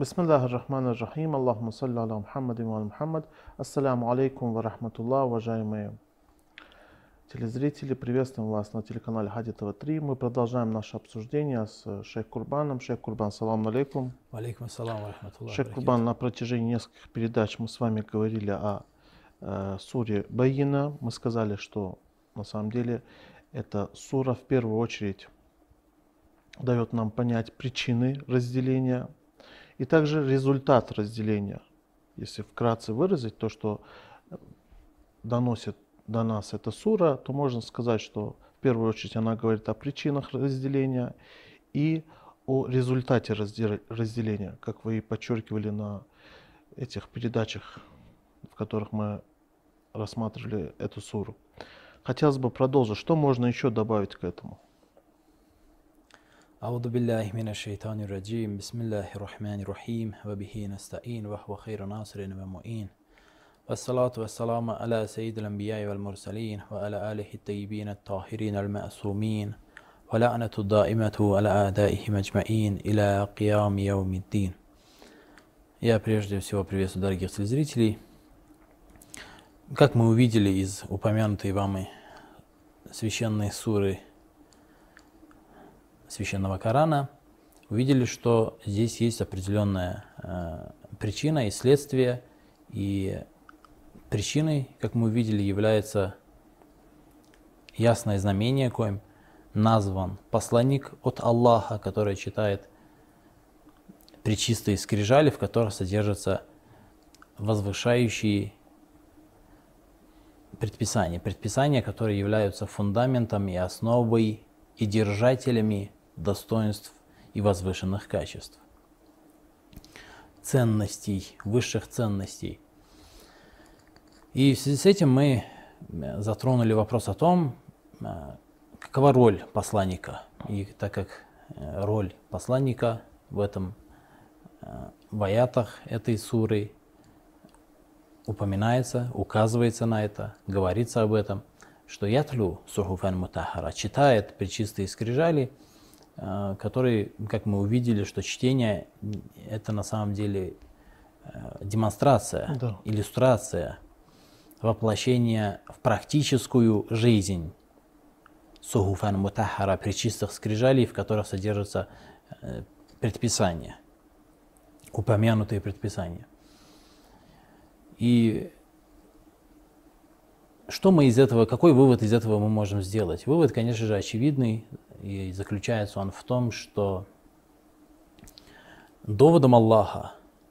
Бисмиллахи рахмани рахим. Аллахумма салли аля Мухаммадин ва аля Мухаммад. Ассаляму алейкум ва рахматуллах, уважаемые телезрители. Приветствуем вас на телеканале Хади ТВ3. Мы продолжаем наше обсуждение с Шейх Курбаном. Шейх Курбан, салам алейкум. Алейкум ассалам ва рахматуллах. Шейх Курбан, на протяжении нескольких передач мы с вами говорили о суре Байина. Мы сказали, что на самом деле эта сура в первую очередь дает нам понять причины разделения и также результат разделения. Если вкратце выразить то, что доносит до нас эта сура, то можно сказать, что в первую очередь она говорит о причинах разделения и о результате разделения, как вы и подчеркивали на этих передачах, в которых мы рассматривали эту суру. Хотелось бы продолжить. Что можно еще добавить к этому? أعوذ بالله من الشيطان الرجيم بسم الله الرحمن الرحيم وبه نستعين وهو خير ناصر ومعين والصلاة والسلام على سيد الأنبياء والمرسلين وعلى آله الطيبين الطاهرين المعصومين ولعنة الدائمة على أعدائهم أجمعين إلى قيام يوم الدين. Я прежде всего приветствую дорогих телезрителей. Как мы увидели из упомянутой вами священной суры Священного Корана, увидели, что здесь есть определенная причина и следствие, и причиной, как мы увидели, является ясное знамение, коим назван посланник от Аллаха, который читает пречистые скрижали, в которых содержатся возвышающие предписания, которые являются фундаментом и основой и держателями достоинств и возвышенных качеств, ценностей, высших ценностей. И в связи с этим мы затронули вопрос о том, какова роль посланника. И так как роль посланника в аятах этой суры упоминается, указывается на это, говорится об этом, что ятлю сухуфан мутахара читает пречистые скрижали, которые, как мы увидели, что чтение — это на самом деле демонстрация, да, иллюстрация, воплощение в практическую жизнь сухуфан мутахара, пречистых скрижалей, в которых содержатся предписания, упомянутые предписания. И что мы из этого, какой вывод из этого мы можем сделать? Вывод, конечно же, очевидный, и заключается он в том, что доводом Аллаха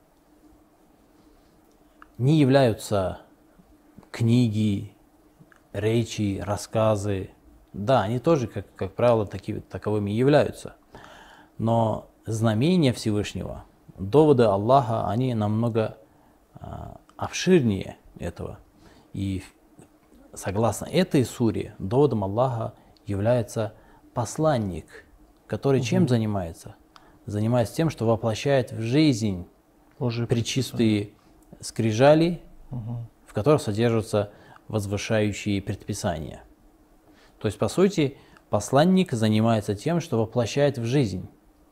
не являются книги, речи, рассказы. Да, они тоже, как правило, таковыми являются. Но знамения Всевышнего, доводы Аллаха, они намного обширнее этого. И согласно этой суре, доводом Аллаха является посланник, который чем занимается? Занимается тем, что воплощает в жизнь пречистые скрижали, в которых содержатся возвышающие предписания. То есть, по сути, посланник занимается тем, что воплощает в жизнь,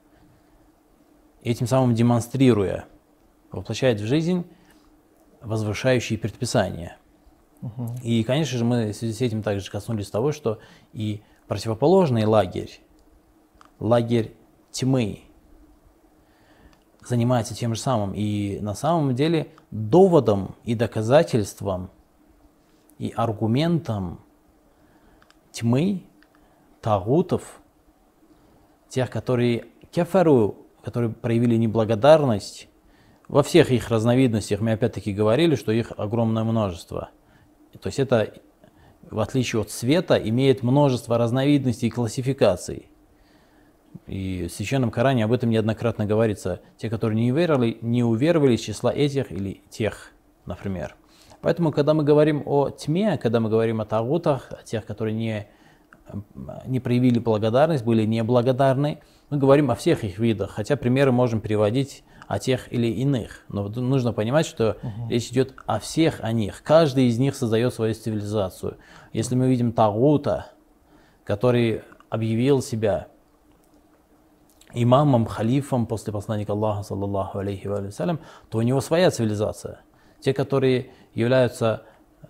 этим самым демонстрируя, воплощает в жизнь возвышающие предписания. И, конечно же, мы в связи с этим также коснулись того, что и противоположный лагерь, лагерь тьмы, занимается тем же самым. И на самом деле доводом и доказательством и аргументом тьмы, тагутов, тех, которые кефару, которые проявили неблагодарность, во всех их разновидностях, мы опять-таки говорили, что их огромное множество. То есть это, в отличие от света, имеет множество разновидностей и классификаций. И в Священном Коране об этом неоднократно говорится. Те, которые не уверовали из числа этих или тех, например. Поэтому, когда мы говорим о тьме, когда мы говорим о тагутах, о тех, которые не проявили благодарность, были неблагодарны, мы говорим о всех их видах. Хотя примеры можем приводить о тех или иных. Но нужно понимать, что речь идет о всех о них. Каждый из них создает свою цивилизацию. Если мы видим тагута, который объявил себя имамом, халифом после посланника Аллаха, саллаллаху алейхи ва салям, то у него своя цивилизация. Те, которые являются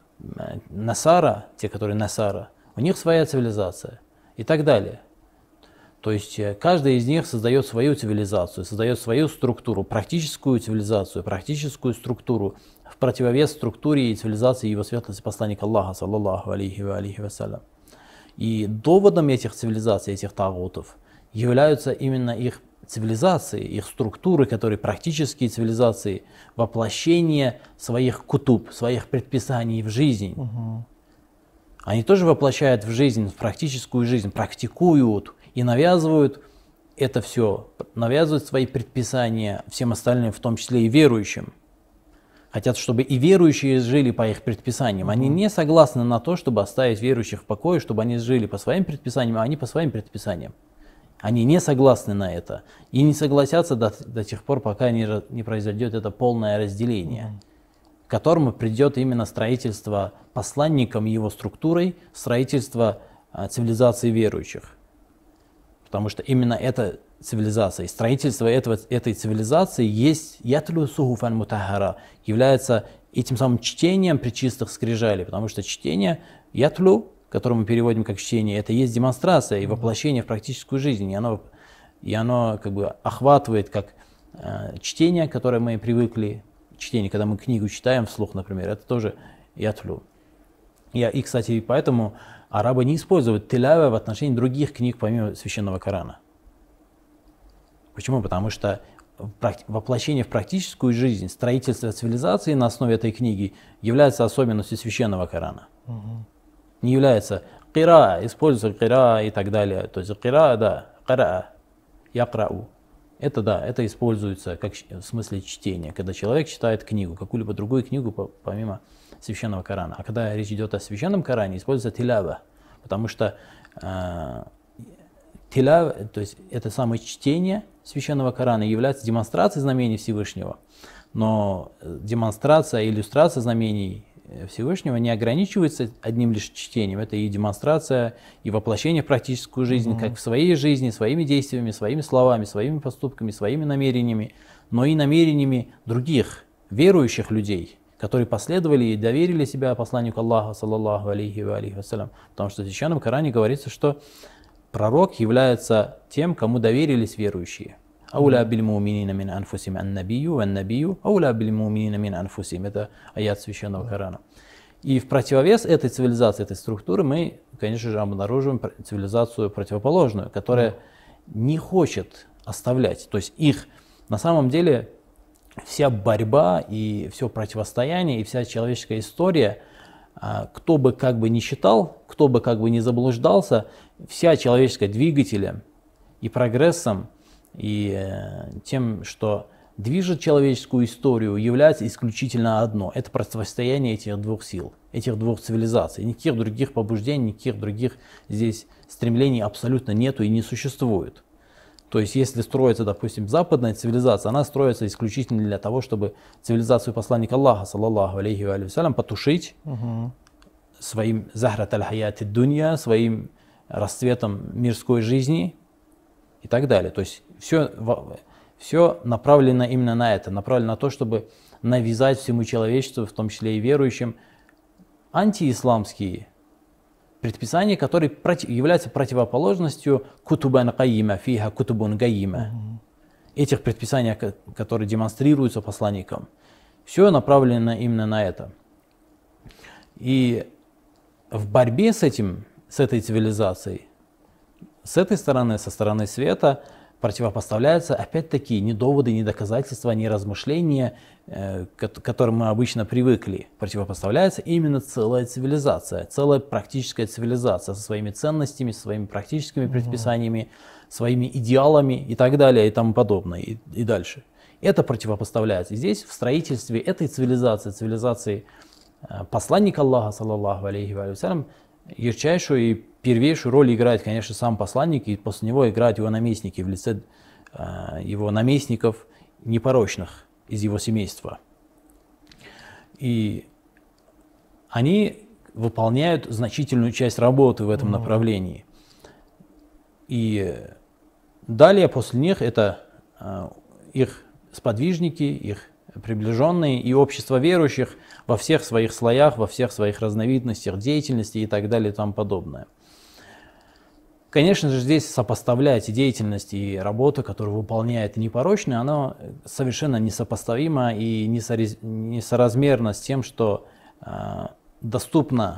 насара, у них своя цивилизация и так далее. То есть каждый из них создает свою цивилизацию, создает свою структуру, практическую цивилизацию, практическую структуру в противовес структуре и цивилизации его светлости посланника Аллаха, саллаллаху алейхи ва салям. И доводом этих цивилизаций, этих тагутов, являются именно их цивилизации, их структуры, которые практические цивилизации, воплощение своих кутуб, своих предписаний в жизнь. Они тоже воплощают в жизнь, в практическую жизнь, практикуют и навязывают это все, навязывают свои предписания всем остальным, в том числе и верующим. Хотят, чтобы и верующие жили по их предписаниям. Они не согласны на то, чтобы оставить верующих в покое, чтобы они жили по своим предписаниям, а они по своим предписаниям. Они не согласны на это и не согласятся до тех пор, пока не произойдет это полное разделение, к которому придет именно строительство посланником и его структурой, строительство цивилизации верующих. Потому что именно эта цивилизация, строительство этой цивилизации есть ятлю сугуфан мутахара, является этим самым чтением пречистых скрижалей, потому что чтение ятлю, которое мы переводим как чтение, это есть демонстрация и воплощение в практическую жизнь, и оно как бы охватывает как чтение, которое мы привыкли, чтение, когда мы книгу читаем вслух, например, это тоже ятлю. И, кстати, поэтому арабы не используют тилява в отношении других книг помимо Священного Корана. Почему? Потому что воплощение в практическую жизнь, строительство цивилизации на основе этой книги является особенностью Священного Корана. Не является кира, используется кира и так далее. То есть кира, да, кара, якрау. Это да, это используется как в смысле чтения, когда человек читает книгу, какую-либо другую книгу помимо Священного Корана. А когда речь идет о Священном Коране, используется тилява, потому что тилява, то есть это самое чтение Священного Корана является демонстрацией знамений Всевышнего, но демонстрация, иллюстрация знамений Всевышнего не ограничивается одним лишь чтением, это и демонстрация, и воплощение в практическую жизнь, как в своей жизни, своими действиями, своими словами, своими поступками, своими намерениями, но и намерениями других верующих людей, которые последовали и доверили себя посланнику Аллаха, саллаллаху алейхи ва салям. Потому что в Священном Коране говорится, что пророк является тем, кому доверились верующие. «Ауля биль муминина мин анфусим ан-набию, ан-набию, ауля биль муминина мин анфусим». Это аят Священного Корана. И в противовес этой цивилизации, этой структуры мы, конечно же, обнаруживаем цивилизацию противоположную, которая не хочет оставлять. То есть их на самом деле вся борьба и все противостояние и вся человеческая история, кто бы как бы ни считал, кто бы как бы ни заблуждался, вся человеческая двигателем и прогрессом и тем, что движет человеческую историю, является исключительно одно. Это противостояние этих двух сил, этих двух цивилизаций. Никаких других побуждений, никаких других здесь стремлений абсолютно нету и не существует. То есть, если строится, допустим, западная цивилизация, она строится исключительно для того, чтобы цивилизацию посланника Аллаха, саллаллаху алейхи ва салям, потушить своим захрат аль-хаяти дунья, своим расцветом мирской жизни и так далее. То есть, все направлено именно на это, направлено на то, чтобы навязать всему человечеству, в том числе и верующим, антиисламские предписания, которые являются противоположностью кутубан кайима, фиха кутубун гаима. Этих предписаний, которые демонстрируются посланником. Все направлено именно на это. И в борьбе с этой цивилизацией, с этой стороны, со стороны света, противопоставляются опять-таки не доводы, не доказательства, не размышления, к которым мы обычно привыкли. Противопоставляется именно целая цивилизация, целая практическая цивилизация со своими ценностями, со своими практическими предписаниями, своими идеалами и так далее и тому подобное, и дальше. Это противопоставляется. И здесь в строительстве этой цивилизации, цивилизации посланника Аллаха, саллаллаху алейхи ва салям, ярчайшую и первейшую роль играет, конечно, сам посланник, и после него играют его наместники в лице его наместников непорочных из его семейства. И они выполняют значительную часть работы в этом направлении. И далее после них это их сподвижники, их приближенные и общество верующих во всех своих слоях, во всех своих разновидностях деятельности и так далее и тому подобное. Конечно же, здесь сопоставлять деятельность и работу, которую выполняет непорочный, она совершенно несопоставима и несоразмерна с тем, что доступно,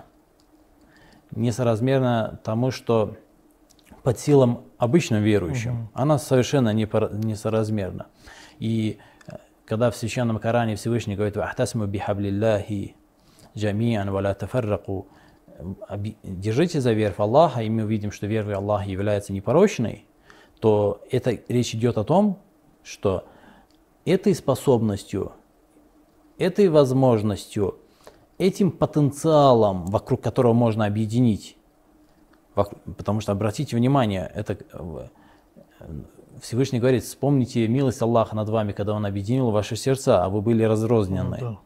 несоразмерно тому, что под силам обычным верующим. Она совершенно несоразмерна. И когда в Священном Коране Всевышний говорит «Вахтасму бихаблиллахи джамиан ва ла тафарраку», держите за веру Аллаха, и мы увидим, что вера в Аллаха является непорочной, то это речь идет о том, что этой способностью, этой возможностью, этим потенциалом, вокруг которого можно объединить, потому что, обратите внимание, это Всевышний говорит, вспомните милость Аллаха над вами, когда Он объединил ваши сердца, а вы были разрознены. Да.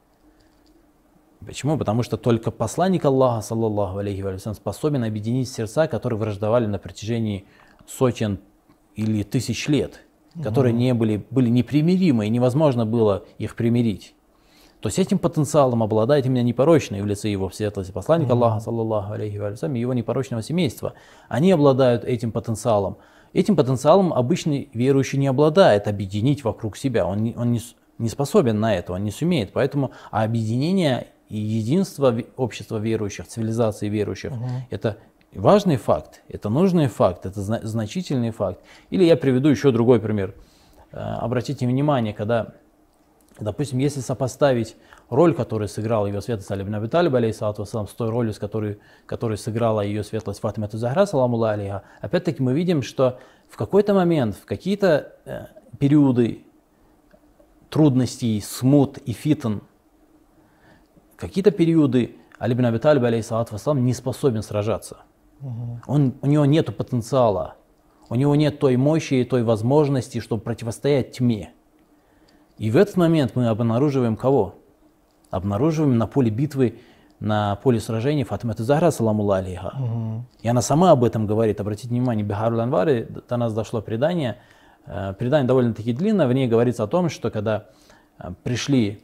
Почему? Потому что только посланник Аллаха, саллаллаху алейхи ва саллям, способен объединить сердца, которые враждовали на протяжении сотен или тысяч лет, которые были непримиримы, и невозможно было их примирить. То есть этим потенциалом обладает именно непорочный в лице его светлости посланника Аллаха, саллаллаху алейхи ва саллям, и его непорочного семейства. Они обладают этим потенциалом. Этим потенциалом обычный верующий не обладает, объединить вокруг себя. Он не способен на это, он не сумеет. Поэтому объединение и единство общества верующих, цивилизации верующих, это важный факт, это нужный факт, это значительный факт. Или я приведу еще другой пример. Обратите внимание, когда, допустим, если сопоставить роль, которую сыграл ее светлость Али ибн Аби Талиб, алейхиссалату вассалам, с той ролью, которой сыграла ее светлость Фатима Захра, саламу алейха, опять-таки мы видим, что в какой-то момент, в какие-то периоды трудностей, смут и фитн, какие-то периоды Али ибн Аби Талиб, алейхиссалату вассалам, не способен сражаться. У него нет потенциала, у него нет той мощи и той возможности, чтобы противостоять тьме. И в этот момент мы обнаруживаем кого? Обнаруживаем на поле битвы, на поле сражений Фатима Захра, саламу алейха. И она сама об этом говорит. Обратите внимание, в Бихарул Анваре до нас дошло предание довольно-таки длинное, в ней говорится о том, что когда пришли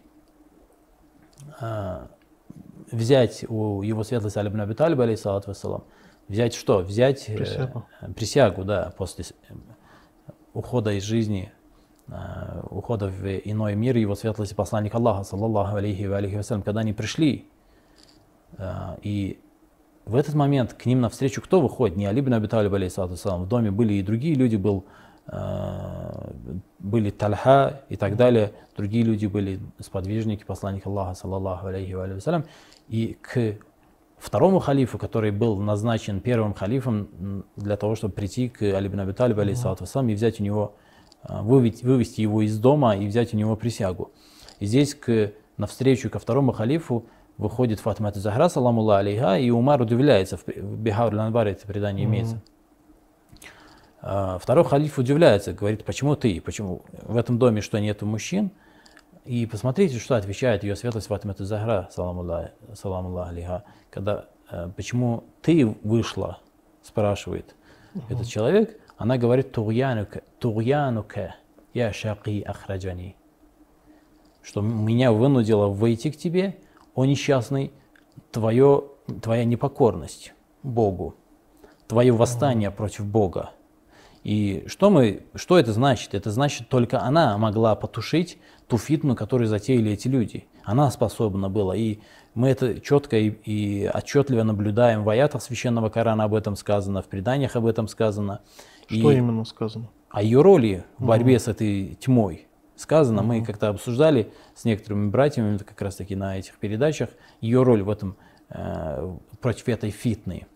взять у его светлости Али ибн Аби Талиба, алейхиссалату вассалам, взять что? Взять присягу, да, после ухода из жизни, ухода в иной мир его светлости посланника Аллаха, саллаллаху алейхи ва алейхи вассалям, когда они пришли, и в этот момент к ним навстречу кто выходит? Не Али ибн Аби Талиб, алейхиссалату вассалам, в доме были и другие люди, были Тальха и так далее, другие люди были сподвижники посланника Аллаха, саллаллаху алейхи ва алейхи вассалям, и к второму халифу, который был назначен первым халифом для того, чтобы прийти к Али ибн Аби Талибу, алейхиссалату вассалам, и взять у него, вывести его из дома и взять у него присягу. И здесь навстречу ко второму халифу выходит Фатима Захра, саламу алейха, и Умар удивляется, в Бихарул Анвар это предание имеется. Второй халиф удивляется, говорит, почему ты, почему в этом доме что, нету мужчин? И посмотрите, что отвечает ее светлость Фатима Захра, саламу алейха, когда почему ты вышла, спрашивает этот человек, она говорит, тугьянука, я шаки ахраджани, что меня вынудило выйти к тебе, о несчастный, твоя непокорность Богу, твое восстание против Бога. И что это значит? Это значит, только она могла потушить ту фитну, которую затеяли эти люди. Она способна была. И мы это четко и отчетливо наблюдаем в аятах Священного Корана, об этом сказано, в преданиях об этом сказано. Что именно сказано? О ее роли в борьбе с этой тьмой сказано. Мы как-то обсуждали с некоторыми братьями, как раз таки на этих передачах, ее роль в этом, против этой фитны.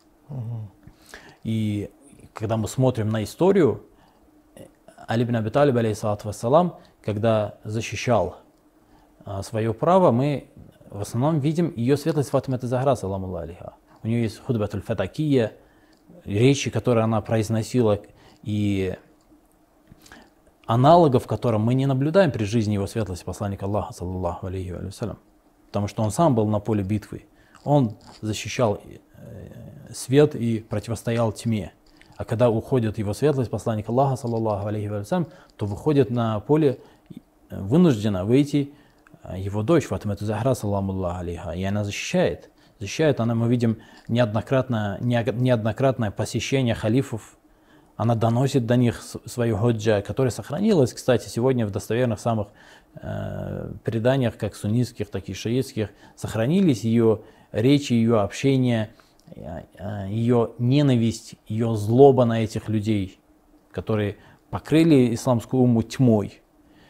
И когда мы смотрим на историю, Али ибн Аби Талиб, алейхиссалату вассалам, когда защищал свое право, мы в основном видим ее светлость Фатима Захра, саламу алейха. У нее есть худбатуль фатакия, речи, которые она произносила, и аналогов, которым мы не наблюдаем при жизни его светлости посланника Аллаха, саллаллаху алейхи ва саллям. Потому что он сам был на поле битвы. Он защищал свет и противостоял тьме. А когда уходит его светлость, посланник Аллаха, саллаллаху алейхи вассалям, то выходит на поле вынужденно выйти его дочь Фатима Захра, салламу алейха, и она защищает. Защищает она, мы видим неоднократное посещение халифов. Она доносит до них свою ходжа, которая сохранилась, кстати, сегодня в достоверных самых преданиях, как суннитских, так и шиитских, сохранились ее речи, ее общение, ее ненависть, ее злоба на этих людей, которые покрыли исламскую умму тьмой,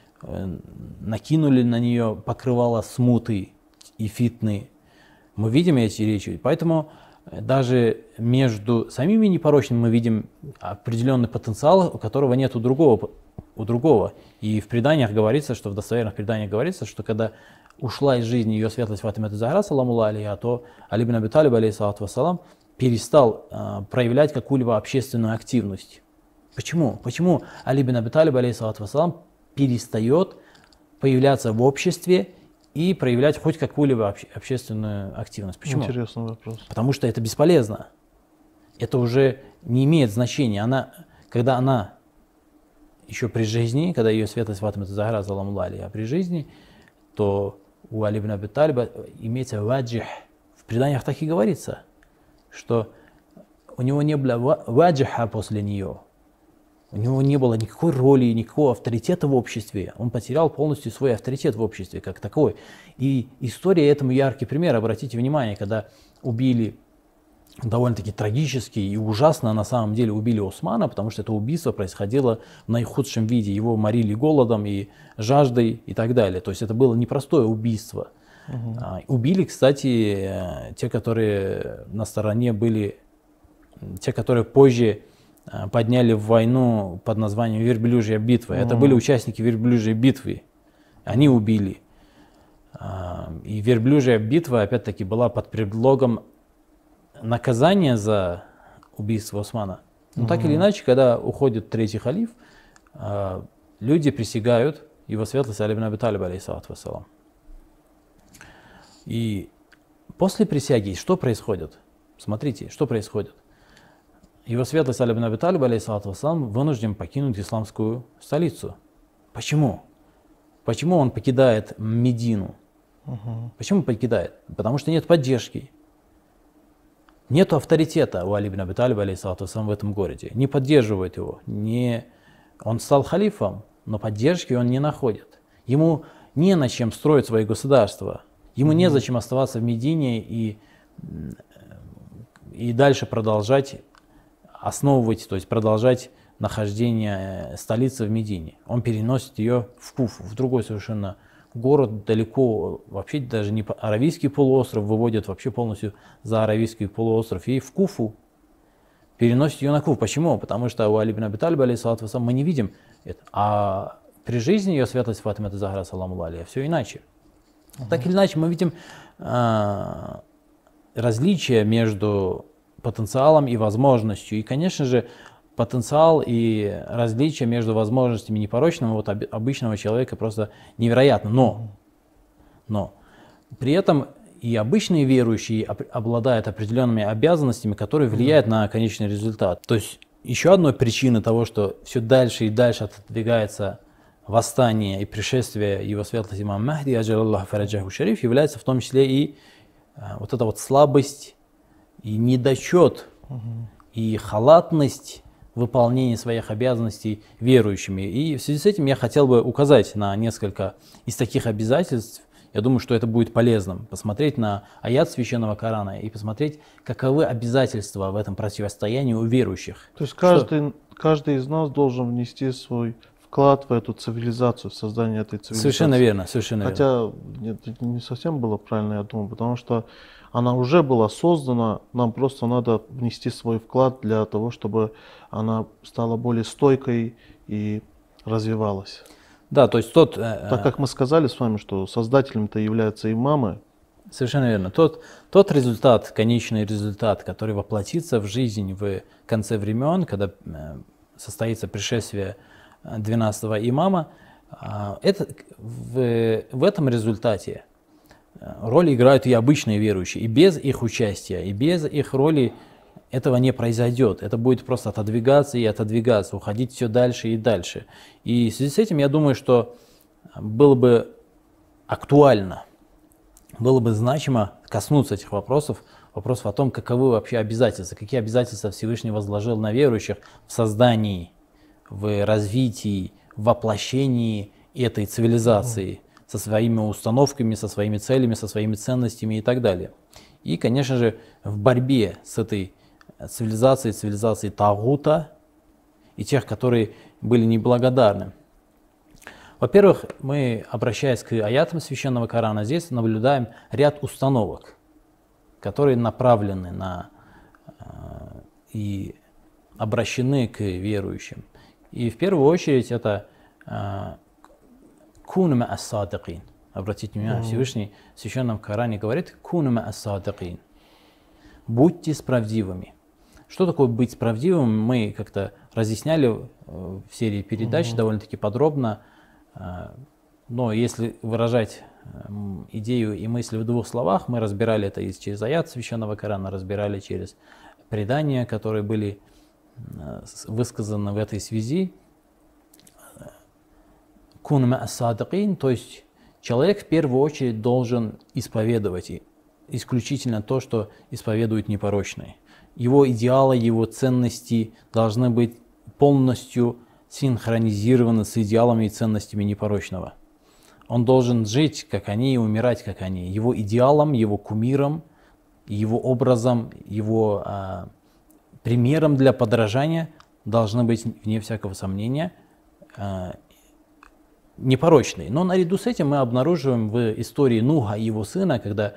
накинули на нее покрывало смуты и фитны. Мы видим эти речи, поэтому даже между самими непорочными мы видим определенный потенциал, у которого нет у другого. И в преданиях говорится, что в достоверных преданиях говорится, что когда ушла из жизни ее светлость Фатима Захра, саламу алейха, то Али ибн Аби Талиб, алейхиссалату вассалам, перестал проявлять какую-либо общественную активность. Почему? Почему Али ибн Аби Талиб, алейхиссалату вассалам, перестает появляться в обществе и проявлять хоть какую-либо общественную активность? Почему? Интересный вопрос. Потому что это бесполезно. Это уже не имеет значения. Когда она еще при жизни, когда ее светлость Фатима Захра, саламу алейха, при жизни, то у Али ибн Аби Талиба имеется ваджих. В преданиях так и говорится, что у него не было ваджиха после нее. У него не было никакой роли, никакого авторитета в обществе. Он потерял полностью свой авторитет в обществе как таковой. И история этому яркий пример. Обратите внимание, когда убили, довольно-таки трагически и ужасно на самом деле убили Османа, потому что это убийство происходило в наихудшем виде. Его морили голодом и жаждой и так далее. То есть это было непростое убийство. Убили, кстати, те, которые на стороне были, те, которые позже подняли в войну под названием Верблюжья битва. Это были участники Верблюжьей битвы. Они убили. И Верблюжья битва, опять-таки, была под предлогом наказания за убийство Османа. Но так или иначе, когда уходит третий халиф, люди присягают его светлость Али ибн Аби Талиб, алейхиссалату вассалам. И после присяги что происходит? Смотрите, что происходит. Его светлость Али ибн Аби Талиб, алейхиссалату вассалам, вынужден покинуть исламскую столицу. Почему? Почему он покидает Медину? Почему покидает? Потому что нет поддержки. Нет авторитета у Али ибн Аби Талиба, алейхиссалату вассалам, в этом городе. Не поддерживают его. Он стал халифом, но поддержки он не находит. Ему не на чем строить свое государство. Ему незачем оставаться в Медине и дальше продолжать основывать, то есть продолжать нахождение столицы в Медине. Он переносит ее в Куфу, в другой совершенно город, далеко, вообще даже не Аравийский полуостров, выводит вообще полностью за Аравийский полуостров, и в Куфу переносит ее на Куфу. Почему? Потому что у Али ибн Аби Талиба, алейхиссалату вассалам, мы не видим это. А при жизни ее светлость Фатима Захра, саламу алейха, все иначе. Так или иначе, мы видим различия между потенциалом и возможностью. И, конечно же, потенциал и различия между возможностями непорочного обычного человека просто невероятно. Но при этом и обычные верующие обладают определенными обязанностями, которые влияют на конечный результат. То есть еще одной причиной того, что все дальше и дальше отодвигается восстание и пришествие его светлости имама Махди, аджалаллаху фараджаху шариф, является в том числе и вот эта вот слабость и недочет, и халатность выполнения своих обязанностей верующими. И в связи с этим я хотел бы указать на несколько из таких обязательств. Я думаю, что это будет полезным. Посмотреть на аят Священного Корана и посмотреть, каковы обязательства в этом противостоянии у верующих. То есть каждый из нас должен внести свой вклад в эту цивилизацию, в создание этой цивилизации. Совершенно верно, совершенно верно. Хотя это не совсем было правильно, я думаю, потому что она уже была создана, нам просто надо внести свой вклад для того, чтобы она стала более стойкой и развивалась. Да, то есть Так как мы сказали с вами, что создателем-то являются имамы. Совершенно верно. Тот результат, конечный результат, который воплотится в жизнь в конце времен, когда состоится пришествие 12-го имама, в этом результате роль играют и обычные верующие, и без их участия, и без их роли этого не произойдет. Это будет просто отодвигаться и отодвигаться, уходить все дальше и дальше. И в связи с этим я думаю, что было бы актуально, было бы значимо коснуться этих вопросов о том, каковы вообще обязательства, какие обязательства Всевышний возложил на верующих в создании, в развитии, в воплощении этой цивилизации со своими установками, со своими целями, со своими ценностями и так далее. И, конечно же, в борьбе с этой цивилизацией Тагута и тех, которые были неблагодарны. Во-первых, мы, обращаясь к аятам Священного Корана, здесь наблюдаем ряд установок, которые направлены на и обращены к верующим. И в первую очередь это «Куну ма ас-садикин». Обратите внимание, Всевышний в Священном Коране говорит «Куну ма ас-садикин». Будьте справедливыми. Что такое быть справедливым, мы как-то разъясняли в серии передач довольно-таки подробно. Но если выражать идею и мысль в двух словах, мы разбирали это и через аят Священного Корана, разбирали через предания, которые были высказаны в этой связи. Кун ма ас-садикин, то есть человек в первую очередь должен исповедовать исключительно то, что исповедуют непорочные. Его идеалы, его ценности должны быть полностью синхронизированы с идеалами и ценностями непорочного. Он должен жить, как они, и умирать, как они. Его идеалом, его кумиром, его образом, его примером для подражания должны быть, вне всякого сомнения, непорочные. Но наряду с этим мы обнаруживаем в истории Нуха и его сына, когда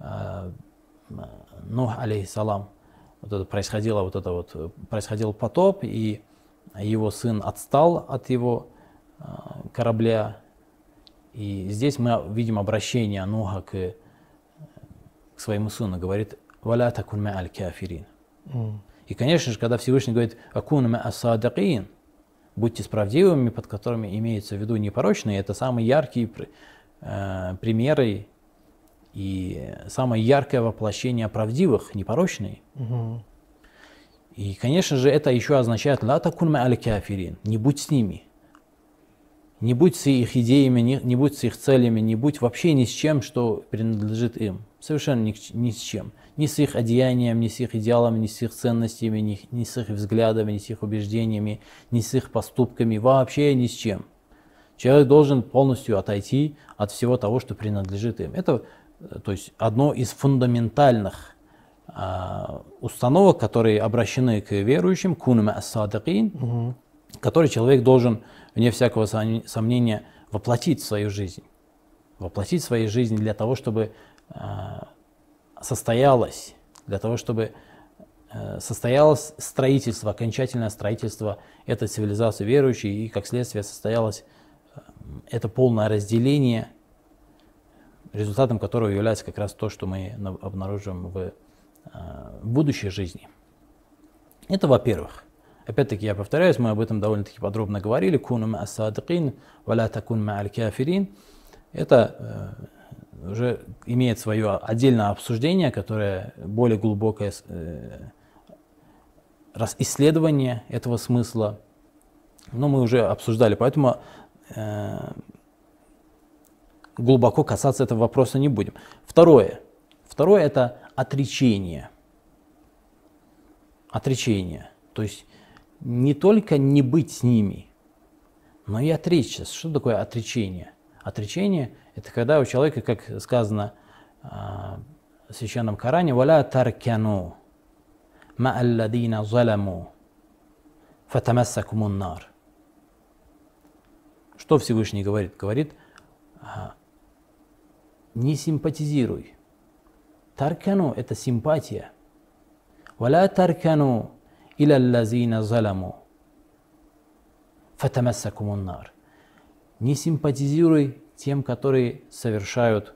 Нух, алейхиссалам, происходил потоп, и его сын отстал от его корабля. И здесь мы видим обращение Нуха к своему сыну, говорит «Валя такун ма аль-кафирин». И, конечно же, когда Всевышний говорит «Акун ма ас-садикин», будьте справедливыми, под которыми имеется в виду непорочные, это самые яркие примеры и самое яркое воплощение правдивых, непорочные. И, конечно же, это еще означает «Ла такун ма аль-кафирин», не будь с ними. Не будь с их идеями, не будь с их целями, не будь вообще ни с чем, что принадлежит им. Совершенно ни с чем. Ни с их одеянием, ни с их идеалами, ни с их ценностями, ни с их взглядами, ни с их убеждениями, ни с их поступками, вообще ни с чем. Человек должен полностью отойти от всего того, что принадлежит им. Это, то есть, одно из фундаментальных установок, которые обращены к верующим, «Куну ма ас-садикин», который человек должен, вне всякого сомнения, воплотить в свою жизнь. Воплотить в свою жизнь для того, чтобы состоялось строительство, окончательное строительство этой цивилизации верующей, и как следствие состоялось это полное разделение, результатом которого является как раз то, что мы обнаруживаем в будущей жизни. Это во-первых. Опять-таки я повторяюсь, мы об этом довольно-таки подробно говорили. «Куну ма ас-садикин, валя такун ма аль-кафирин». Это уже имеет свое отдельное обсуждение, которое более глубокое исследование этого смысла. Но мы уже обсуждали, поэтому глубоко касаться этого вопроса не будем. Второе это отречение. Отречение. То есть не только не быть с ними, но и отречься. Что такое отречение? Отречение – это когда у человека, как сказано в Священном Коране, «Валя таркяну ма алладина заламу фатамассакумун нар». Что Всевышний говорит? Говорит, не симпатизируй. Таркану – это симпатия. «Валя таркану иля аллазина заламу фатамассакумун нар». Не симпатизируй тем, которые совершают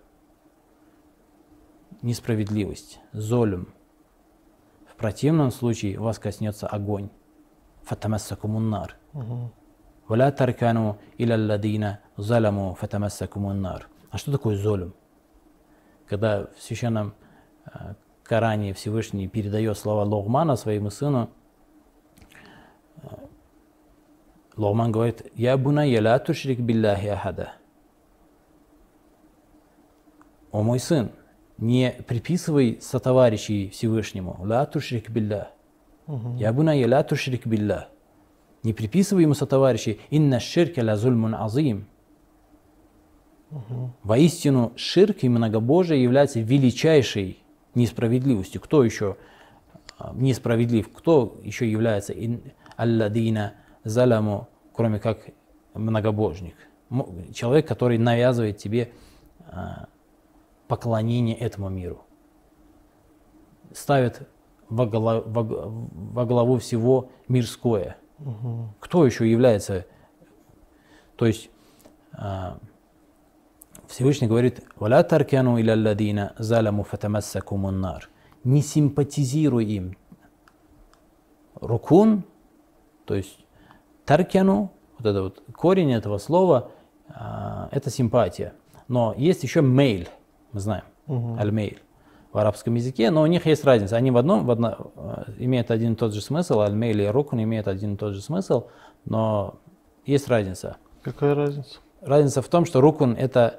несправедливость, золюм. В противном случае вас коснется огонь. Фатамассакумун нар. «Валя таркану иля аллазина заламу фатамассакумун нар». А что такое золюм? Когда в Священном Коране Всевышний передает слова Лугмана своему сыну. Лугман говорит: «Я бунайя ла тушрик билляхи ахада». О мой сын, не приписывай сотоварищей Всевышнему. Ла тушрик биллях. Я бунайя ла тушрик биллях. Не приписывай ему сотоварищей. Инна ширка ла зульмун азим. Воистину, ширк и многобожие является величайшей несправедливостью. Кто еще несправедлив? Кто еще является алладина заламу, кроме как многобожник? Человек, который навязывает тебе поклонение этому миру. Ставит во главу всего мирское. Кто еще является? То есть Всевышний говорит: «Валя таркяну иля алладина заламу фатамассакумун нар». Не симпатизируй им. Рукун, то есть таркяну, вот это вот корень этого слова, это симпатия. Но есть еще мейль, мы знаем, аль-мейль в арабском языке, но у них есть разница. Они имеют один и тот же смысл, аль-мейль и рукун имеют один и тот же смысл, но есть разница. Какая разница? Разница в том, что рукун — это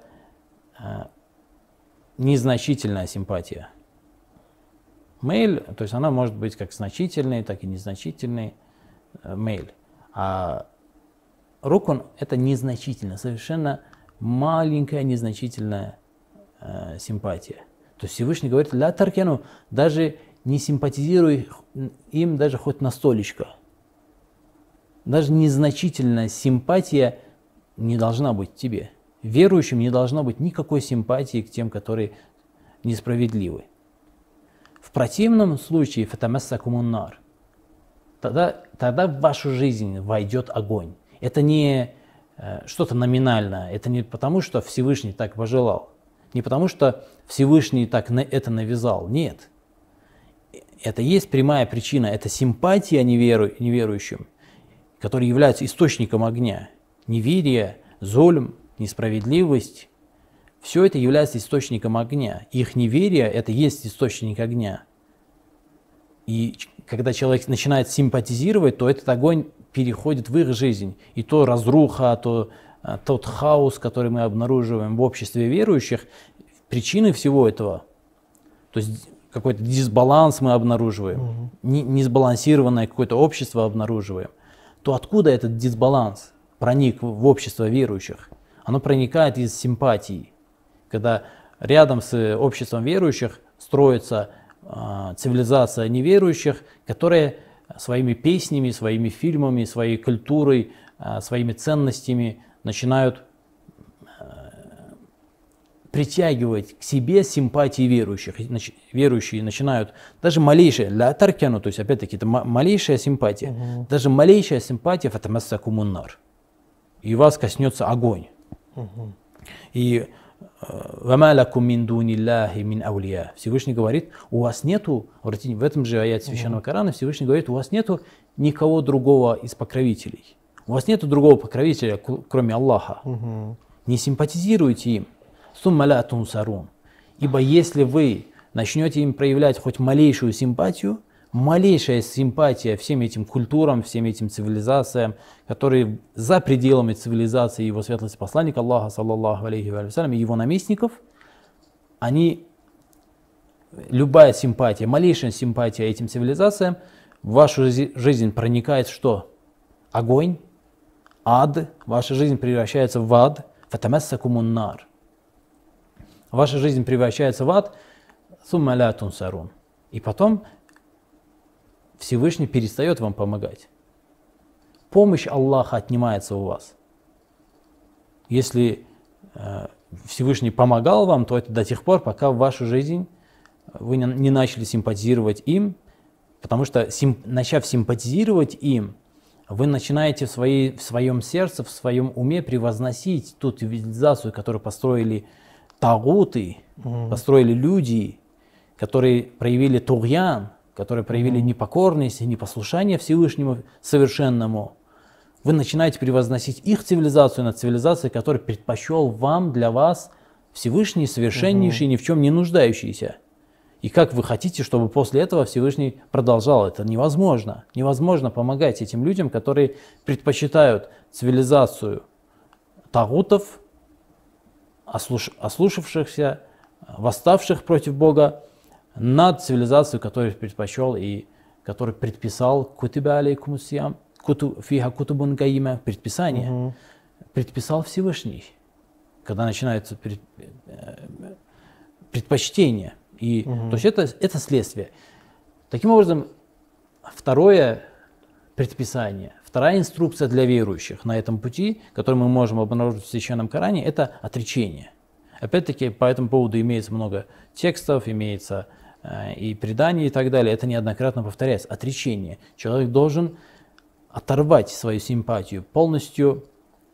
незначительная симпатия. Мейль, то есть она может быть как значительный, так и незначительный мейль. А рукун — это незначительная, совершенно маленькая незначительная симпатия. То есть Всевышний говорит: «Ля таркяну», даже не симпатизируй им даже хоть на столечко. Даже незначительная симпатия не должна быть тебе. Верующим не должно быть никакой симпатии к тем, которые несправедливы. В противном случае фатамассакумун нар, тогда в вашу жизнь войдет огонь. Это не что-то номинальное, это не потому, что Всевышний так пожелал, не потому, что Всевышний так это навязал. Нет. Это есть прямая причина, это симпатия неверующим, который является источником огня. Неверие, зульм, несправедливость, все это является источником огня. Их неверие — это есть источник огня. И когда человек начинает симпатизировать, то этот огонь переходит в их жизнь. И то разруха, то тот хаос, который мы обнаруживаем в обществе верующих, причины всего этого, то есть какой-то дисбаланс мы обнаруживаем, несбалансированное какое-то общество обнаруживаем, то откуда этот дисбаланс проник в общество верующих? Оно проникает из симпатии. Когда рядом с обществом верующих строится цивилизация неверующих, которая своими песнями, своими фильмами, своей культурой, своими ценностями начинают притягивать к себе симпатии верующих. Верующие начинают даже малейшая, ля таркяну, то есть опять-таки это малейшая симпатия, даже малейшая симпатия фатамассакумун нар, и вас коснется огонь. И «Вама лакум мин дуниллахи мин аулия». Всевышний говорит: у вас нету, в этом же аяте Священного Корана Всевышний говорит: у вас нету никого другого из покровителей. У вас нету другого покровителя, кроме Аллаха. Не симпатизируйте им. Сумма ля тунсарун. Ибо если вы начнете им проявлять хоть малейшую симпатия всем этим культурам, всем этим цивилизациям, которые за пределами цивилизации его светлости посланника Аллаха, саллаллаху алейхи ва саллям, и его наместников, любая симпатия, малейшая симпатия этим цивилизациям, в вашу жизнь проникает что? Огонь, ад, ваша жизнь превращается в ад, фатамассакумун нар. Ваша жизнь превращается в ад, сумма ля тунсарун. И потом Всевышний перестает вам помогать. Помощь Аллаха отнимается у вас. Если Всевышний помогал вам, то это до тех пор, пока в вашу жизнь вы не начали симпатизировать им, потому что, начав симпатизировать им, вы начинаете в своем сердце, в своем уме превозносить ту цивилизацию, которую построили тагуты, построили люди, которые проявили тугьян, которые проявили непокорность и непослушание Всевышнему совершенному. Вы начинаете превозносить их цивилизацию над цивилизацией, которую предпочел вам, для вас Всевышний, совершеннейший, ни в чем не нуждающийся. И как вы хотите, чтобы после этого Всевышний продолжал? Это невозможно. Невозможно помогать этим людям, которые предпочитают цивилизацию тагутов, ослушавшихся, восставших против Бога, над цивилизацией, которую предпочел и который предписал кутиба алейкум сиям, фиха кутубун гаима, предписание, предписал Всевышний, когда начинаются предпочтения. И, то есть это следствие. Таким образом, второе предписание, вторая инструкция для верующих на этом пути, который мы можем обнаружить в Священном Коране, это отречение. Опять-таки, по этому поводу имеется много текстов, имеется и преданий и так далее. Это неоднократно повторяется. Отречение. Человек должен оторвать свою симпатию, полностью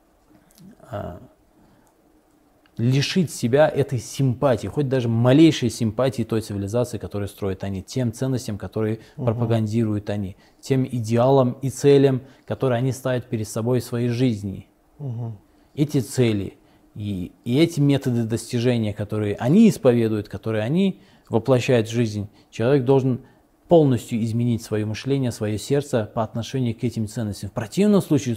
лишить себя этой симпатии, хоть даже малейшей симпатии той цивилизации, которую строят они, тем ценностям, которые пропагандируют они, тем идеалам и целям, которые они ставят перед собой в своей жизни. Эти цели и эти методы достижения, которые они исповедуют, которые они воплощают в жизнь, человек должен полностью изменить свое мышление, свое сердце по отношению к этим ценностям. В противном случае,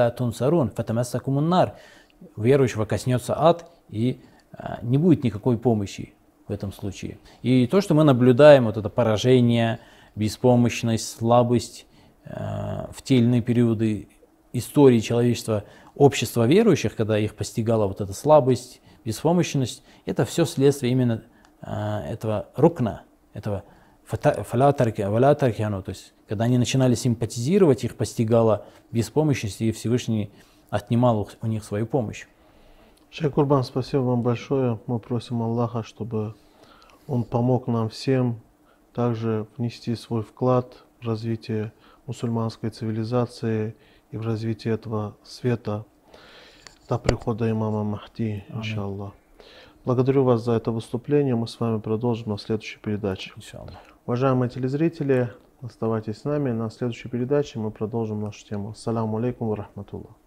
верующего коснется ад, и не будет никакой помощи в этом случае. И то, что мы наблюдаем, вот это поражение, беспомощность, слабость в те или иные периоды истории человечества, общества верующих, когда их постигала вот эта слабость, беспомощность, это все следствие именно этого рукна, этого фалатаркиану, то есть когда они начинали симпатизировать, их постигала беспомощность, и Всевышний отнимал у них свою помощь. Шейх Курбан, спасибо вам большое. Мы просим Аллаха, чтобы Он помог нам всем также внести свой вклад в развитие мусульманской цивилизации и в развитие этого света до прихода имама Махди, иншаллах. Благодарю вас за это выступление. Мы с вами продолжим на следующей передаче. Иншаллах. Уважаемые телезрители, оставайтесь с нами. На следующей передаче мы продолжим нашу тему. Ассаламу алейкум ва рахматуллах.